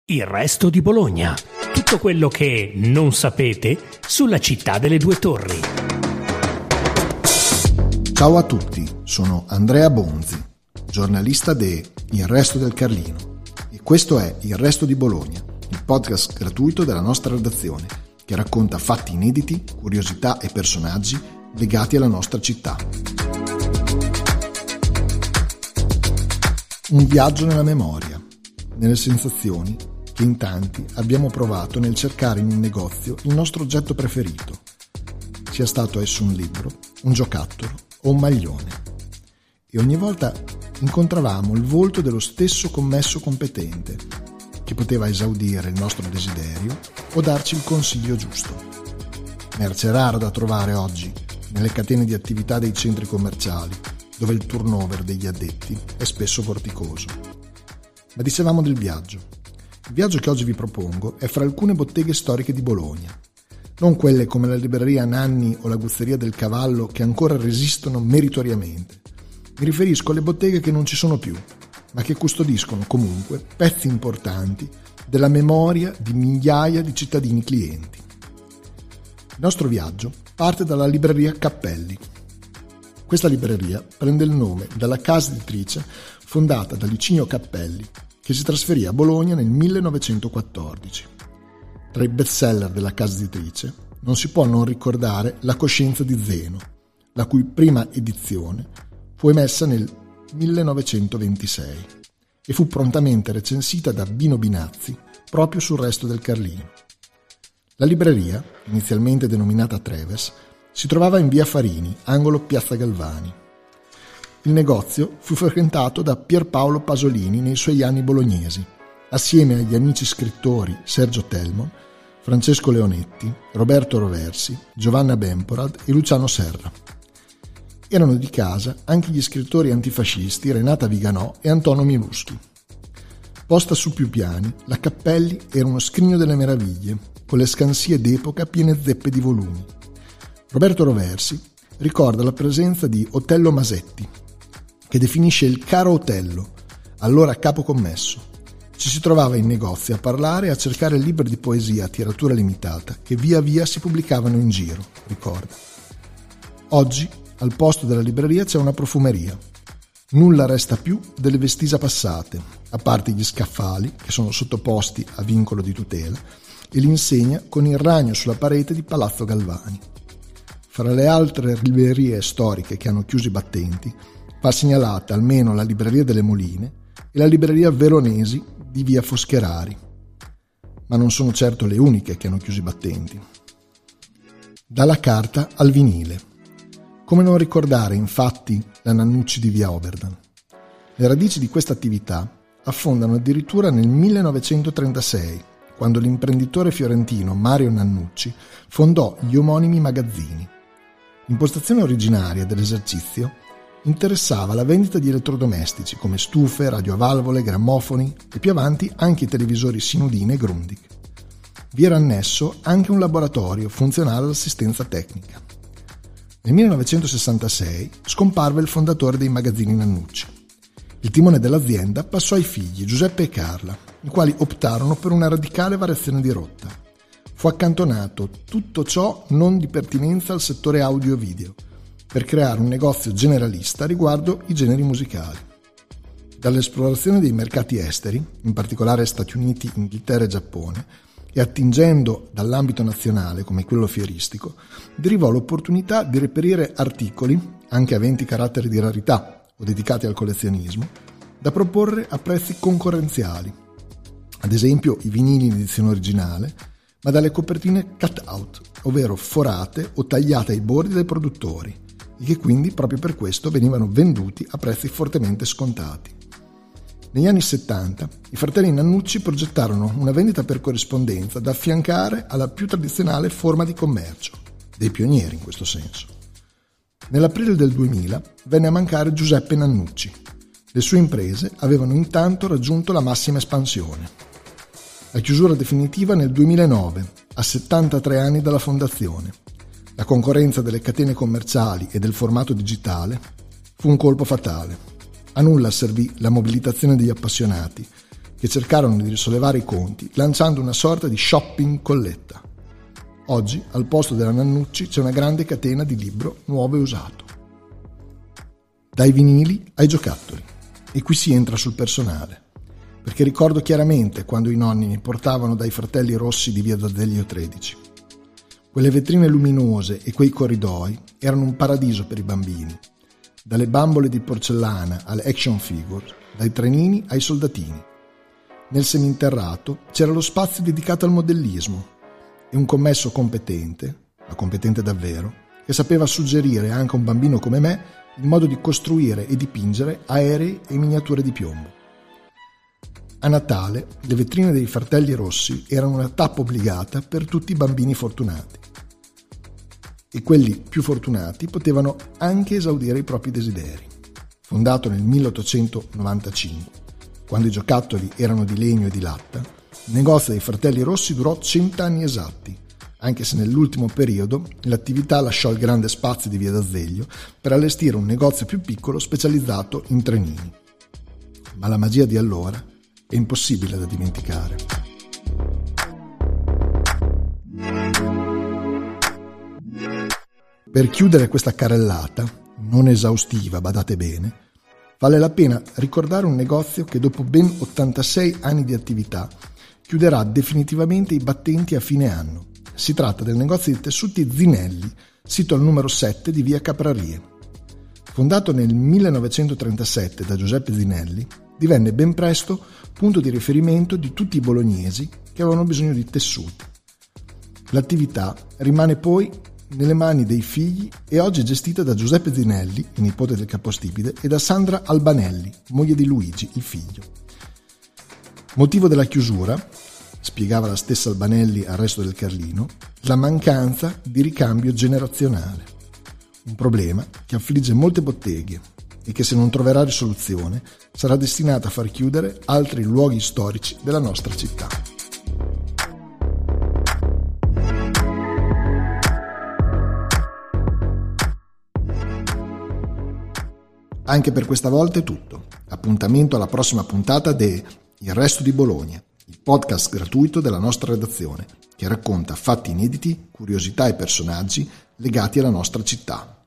Il resto di Bologna. Tutto quello che non sapete sulla città delle due torri. Ciao a tutti, sono Andrea Bonzi, giornalista de Il Resto del Carlino, e questo è Il Resto di Bologna, il podcast gratuito della nostra redazione che racconta fatti inediti, curiosità e personaggi legati alla nostra città. Un viaggio nella memoria, nelle sensazioni che in tanti abbiamo provato nel cercare in un negozio il nostro oggetto preferito, sia stato esso un libro, un giocattolo o un maglione. E ogni volta incontravamo il volto dello stesso commesso competente, che poteva esaudire il nostro desiderio o darci il consiglio giusto. Merce rara da trovare oggi nelle catene di attività dei centri commerciali, dove il turnover degli addetti è spesso vorticoso. Ma dicevamo del viaggio. Il viaggio che oggi vi propongo è fra alcune botteghe storiche di Bologna, non quelle come la libreria Nanni o l'Aguzzeria del Cavallo che ancora resistono meritoriamente. Mi riferisco alle botteghe che non ci sono più, ma che custodiscono comunque pezzi importanti della memoria di migliaia di cittadini clienti. Il nostro viaggio parte dalla libreria Cappelli. Questa libreria prende il nome dalla casa editrice fondata da Licinio Cappelli, che si trasferì a Bologna nel 1914. Tra i bestseller della casa editrice non si può non ricordare La coscienza di Zeno, la cui prima edizione fu emessa nel 1926 e fu prontamente recensita da Bino Binazzi proprio sul Resto del Carlino. La libreria, inizialmente denominata Treves, si trovava in via Farini, angolo Piazza Galvani. Il negozio fu frequentato da Pierpaolo Pasolini nei suoi anni bolognesi, assieme agli amici scrittori Sergio Telmon, Francesco Leonetti, Roberto Roversi, Giovanna Bemporad e Luciano Serra. Erano di casa anche gli scrittori antifascisti Renata Viganò e Antonio Mieluschki. Posta su più piani, la Cappelli era uno scrigno delle meraviglie, con le scansie d'epoca piene zeppe di volumi. Roberto Roversi ricorda la presenza di Otello Masetti, che definisce il caro Otello, allora capo commesso. Ci si trovava in negozi a parlare e a cercare libri di poesia a tiratura limitata che via via si pubblicavano in giro, ricorda. Oggi, al posto della libreria c'è una profumeria. Nulla resta più delle vestisa passate, a parte gli scaffali che sono sottoposti a vincolo di tutela e l'insegna con il ragno sulla parete di Palazzo Galvani. Fra le altre librerie storiche che hanno chiuso i battenti, va segnalata almeno la libreria delle Moline e la libreria Veronesi di via Foscherari. Ma non sono certo le uniche che hanno chiuso i battenti. Dalla carta al vinile. Come non ricordare, infatti, la Nannucci di via Oberdan? Le radici di questa attività affondano addirittura nel 1936, quando l'imprenditore fiorentino Mario Nannucci fondò gli omonimi magazzini. L'impostazione originaria dell'esercizio interessava la vendita di elettrodomestici come stufe, radio a valvole, grammofoni e più avanti anche i televisori Sinudine e Grundig. Vi era annesso anche un laboratorio funzionale all'assistenza tecnica. Nel 1966 scomparve il fondatore dei magazzini Nannucci. Il timone dell'azienda passò ai figli Giuseppe e Carla, i quali optarono per una radicale variazione di rotta. Fu accantonato tutto ciò non di pertinenza al settore audio-video, per creare un negozio generalista riguardo i generi musicali. Dall'esplorazione dei mercati esteri, in particolare Stati Uniti, Inghilterra e Giappone, e attingendo dall'ambito nazionale come quello fieristico, derivò l'opportunità di reperire articoli, anche aventi carattere di rarità o dedicati al collezionismo, da proporre a prezzi concorrenziali, ad esempio i vinili in edizione originale, ma dalle copertine cut-out, ovvero forate o tagliate ai bordi dai produttori, e che quindi proprio per questo venivano venduti a prezzi fortemente scontati. Negli anni 70 i fratelli Nannucci progettarono una vendita per corrispondenza da affiancare alla più tradizionale forma di commercio, dei pionieri in questo senso. Nell'aprile del 2000 venne a mancare Giuseppe Nannucci. Le sue imprese avevano intanto raggiunto la massima espansione. La chiusura definitiva nel 2009, a 73 anni dalla fondazione. La concorrenza delle catene commerciali e del formato digitale fu un colpo fatale. A nulla servì la mobilitazione degli appassionati, che cercarono di risollevare i conti lanciando una sorta di shopping colletta. Oggi, al posto della Nannucci, c'è una grande catena di libro nuovo e usato. Dai vinili ai giocattoli. E qui si entra sul personale, perché ricordo chiaramente quando i nonni mi portavano dai Fratelli Rossi di via d'Azeglio 13. Quelle vetrine luminose e quei corridoi erano un paradiso per i bambini, dalle bambole di porcellana alle action figure, dai trenini ai soldatini. Nel seminterrato c'era lo spazio dedicato al modellismo e un commesso competente, ma competente davvero, che sapeva suggerire anche a un bambino come me il modo di costruire e dipingere aerei e miniature di piombo. A Natale le vetrine dei Fratelli Rossi erano una tappa obbligata per tutti i bambini fortunati. E quelli più fortunati potevano anche esaudire i propri desideri. Fondato nel 1895, quando i giocattoli erano di legno e di latta, il negozio dei Fratelli Rossi durò 100 anni esatti, anche se nell'ultimo periodo l'attività lasciò il grande spazio di via d'Azeglio per allestire un negozio più piccolo specializzato in trenini. Ma la magia di allora è impossibile da dimenticare. Per chiudere questa carrellata, non esaustiva, badate bene, vale la pena ricordare un negozio che dopo ben 86 anni di attività chiuderà definitivamente i battenti a fine anno. Si tratta del negozio di tessuti Zinelli, sito al numero 7 di via Caprarie. Fondato nel 1937 da Giuseppe Zinelli, divenne ben presto punto di riferimento di tutti i bolognesi che avevano bisogno di tessuti. L'attività rimane poi nelle mani dei figli e oggi è gestita da Giuseppe Zinelli, il nipote del capostipite, e da Sandra Albanelli, moglie di Luigi, il figlio. Motivo della chiusura, spiegava la stessa Albanelli al Resto del Carlino, la mancanza di ricambio generazionale. Un problema che affligge molte botteghe e che, se non troverà risoluzione, sarà destinata a far chiudere altri luoghi storici della nostra città. Anche per questa volta è tutto. Appuntamento alla prossima puntata de Il Resto di Bologna, il podcast gratuito della nostra redazione, che racconta fatti inediti, curiosità e personaggi legati alla nostra città.